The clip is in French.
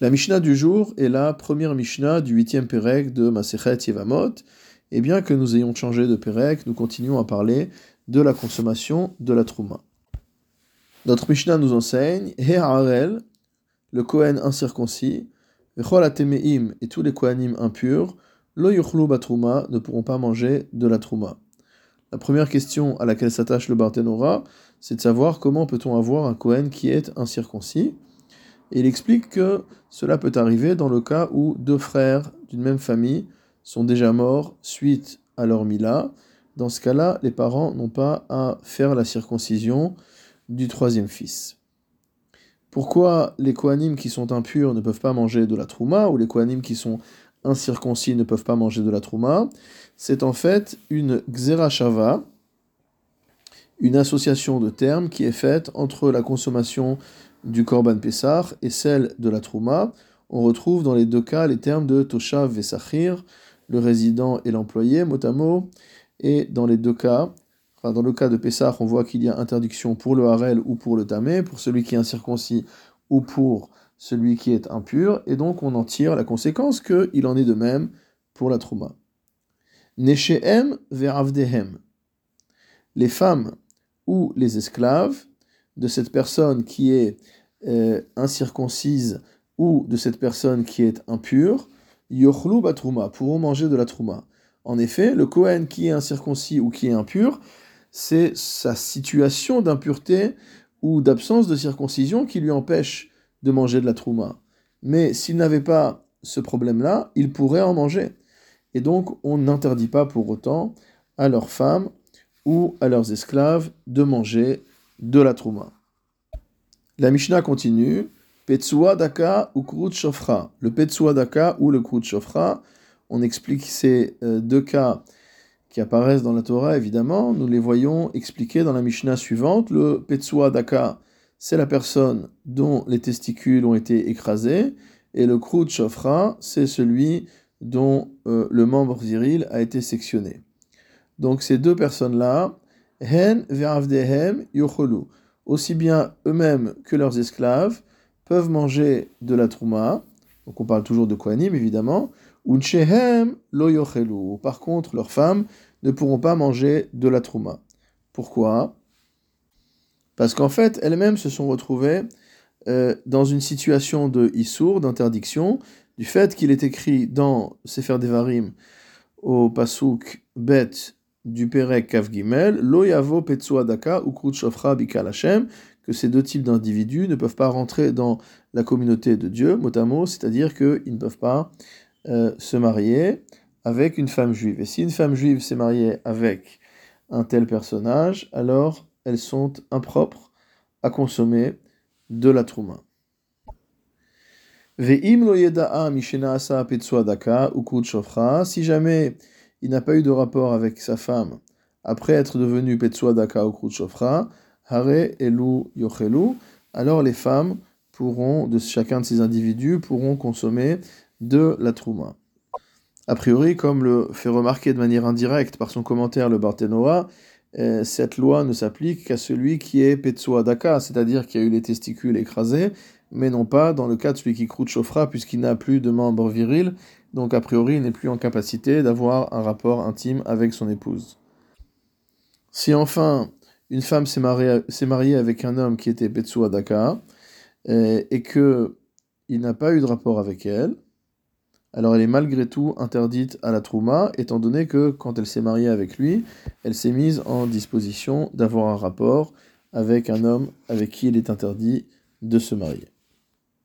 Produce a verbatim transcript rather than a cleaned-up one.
La Mishnah du jour est la première Mishnah du huitième Pérec de Masechet Yevamot. Et bien que nous ayons changé de Pérec, nous continuons à parler de la consommation de la Trouma. Notre Mishnah nous enseigne He Harel, le Kohen incirconcis, Vechol Atemeim et tous les Kohanim impurs, Lo Yuchlu Batrouma ne pourront pas manger de la Trouma. La première question à laquelle s'attache le Barthénora, c'est de savoir comment peut-on avoir un Kohen qui est incirconcis. Et il explique que cela peut arriver dans le cas où deux frères d'une même famille sont déjà morts suite à leur mila. Dans ce cas-là, les parents n'ont pas à faire la circoncision du troisième fils. Pourquoi les Kohanim qui sont impurs ne peuvent pas manger de la Trouma, ou les Kohanim qui sont incirconcis ne peuvent pas manger de la Trouma? C'est en fait une Gzera Shava, une association de termes qui est faite entre la consommation du Korban Pessah et celle de la Trouma. On retrouve dans les deux cas les termes de Toshav et Sachir, le résident et l'employé, mot à mot. Et dans les deux cas, enfin dans le cas de Pessah, on voit qu'il y a interdiction pour le Harel ou pour le Tamé, pour celui qui est incirconcis ou pour celui qui est impur. Et donc on en tire la conséquence qu'il en est de même pour la Trouma. Neshehem ve'avdehem. Les femmes ou les esclaves de cette personne qui est euh, incirconcise ou de cette personne qui est impure, yochlu batrouma, pourront manger de la trouma. En effet, le Kohen qui est incirconcis ou qui est impur, c'est sa situation d'impureté ou d'absence de circoncision qui lui empêche de manger de la trouma. Mais s'il n'avait pas ce problème-là, il pourrait en manger. Et donc, on n'interdit pas pour autant à leurs femmes ou à leurs esclaves de manger de la trouma. La Mishnah continue, Petsua daka ou Krut Shofra. Le Petsua daka ou le Krut Shofra, on explique ces euh, deux cas qui apparaissent dans la Torah, évidemment. Nous les voyons expliqués dans la Mishnah suivante. Le Petsua daka, c'est la personne dont les testicules ont été écrasés, et le Krut Shofra, c'est celui dont euh, le membre viril a été sectionné. Donc ces deux personnes-là, Hen ve'avdehem yocholu, aussi bien eux-mêmes que leurs esclaves peuvent manger de la trouma. Donc on parle toujours de Kohanim évidemment. Unshehem lo yochelu. Par contre, leurs femmes ne pourront pas manger de la trouma. Pourquoi? Parce qu'en fait, elles-mêmes se sont retrouvées euh, dans une situation de issour, d'interdiction, du fait qu'il est écrit dans Sefer Devarim au pasuk bet du Perek Kav Gimel, Lo Yavo Petsua Daka ou Krut Shofra Bikal Hashem, que ces deux types d'individus ne peuvent pas rentrer dans la communauté de Dieu, mot à mot, c'est-à-dire qu'ils ne peuvent pas euh, se marier avec une femme juive. Et si une femme juive s'est mariée avec un tel personnage, alors elles sont impropres à consommer de la trouma. Ve'im lo yeda'a mishena asa Petsua Daka ou Krut Shofra, si jamais il n'a pas eu de rapport avec sa femme après être devenu Petsua Daka ou Krut Shofra, Hare Elu Yochelu, alors les femmes pourront, de chacun de ces individus, pourront consommer de la trouma. A priori, comme le fait remarquer de manière indirecte par son commentaire le Barthénora, euh, cette loi ne s'applique qu'à celui qui est Petsua Daka, c'est-à-dire qui a eu les testicules écrasés, mais non pas dans le cas de celui qui Krut Shofra, puisqu'il n'a plus de membre viril. Donc a priori, il n'est plus en capacité d'avoir un rapport intime avec son épouse. Si enfin, une femme s'est mariée, s'est mariée avec un homme qui était Petsua Daka, et, et qu'il n'a pas eu de rapport avec elle, alors elle est malgré tout interdite à la Trouma, étant donné que quand elle s'est mariée avec lui, elle s'est mise en disposition d'avoir un rapport avec un homme avec qui il est interdit de se marier.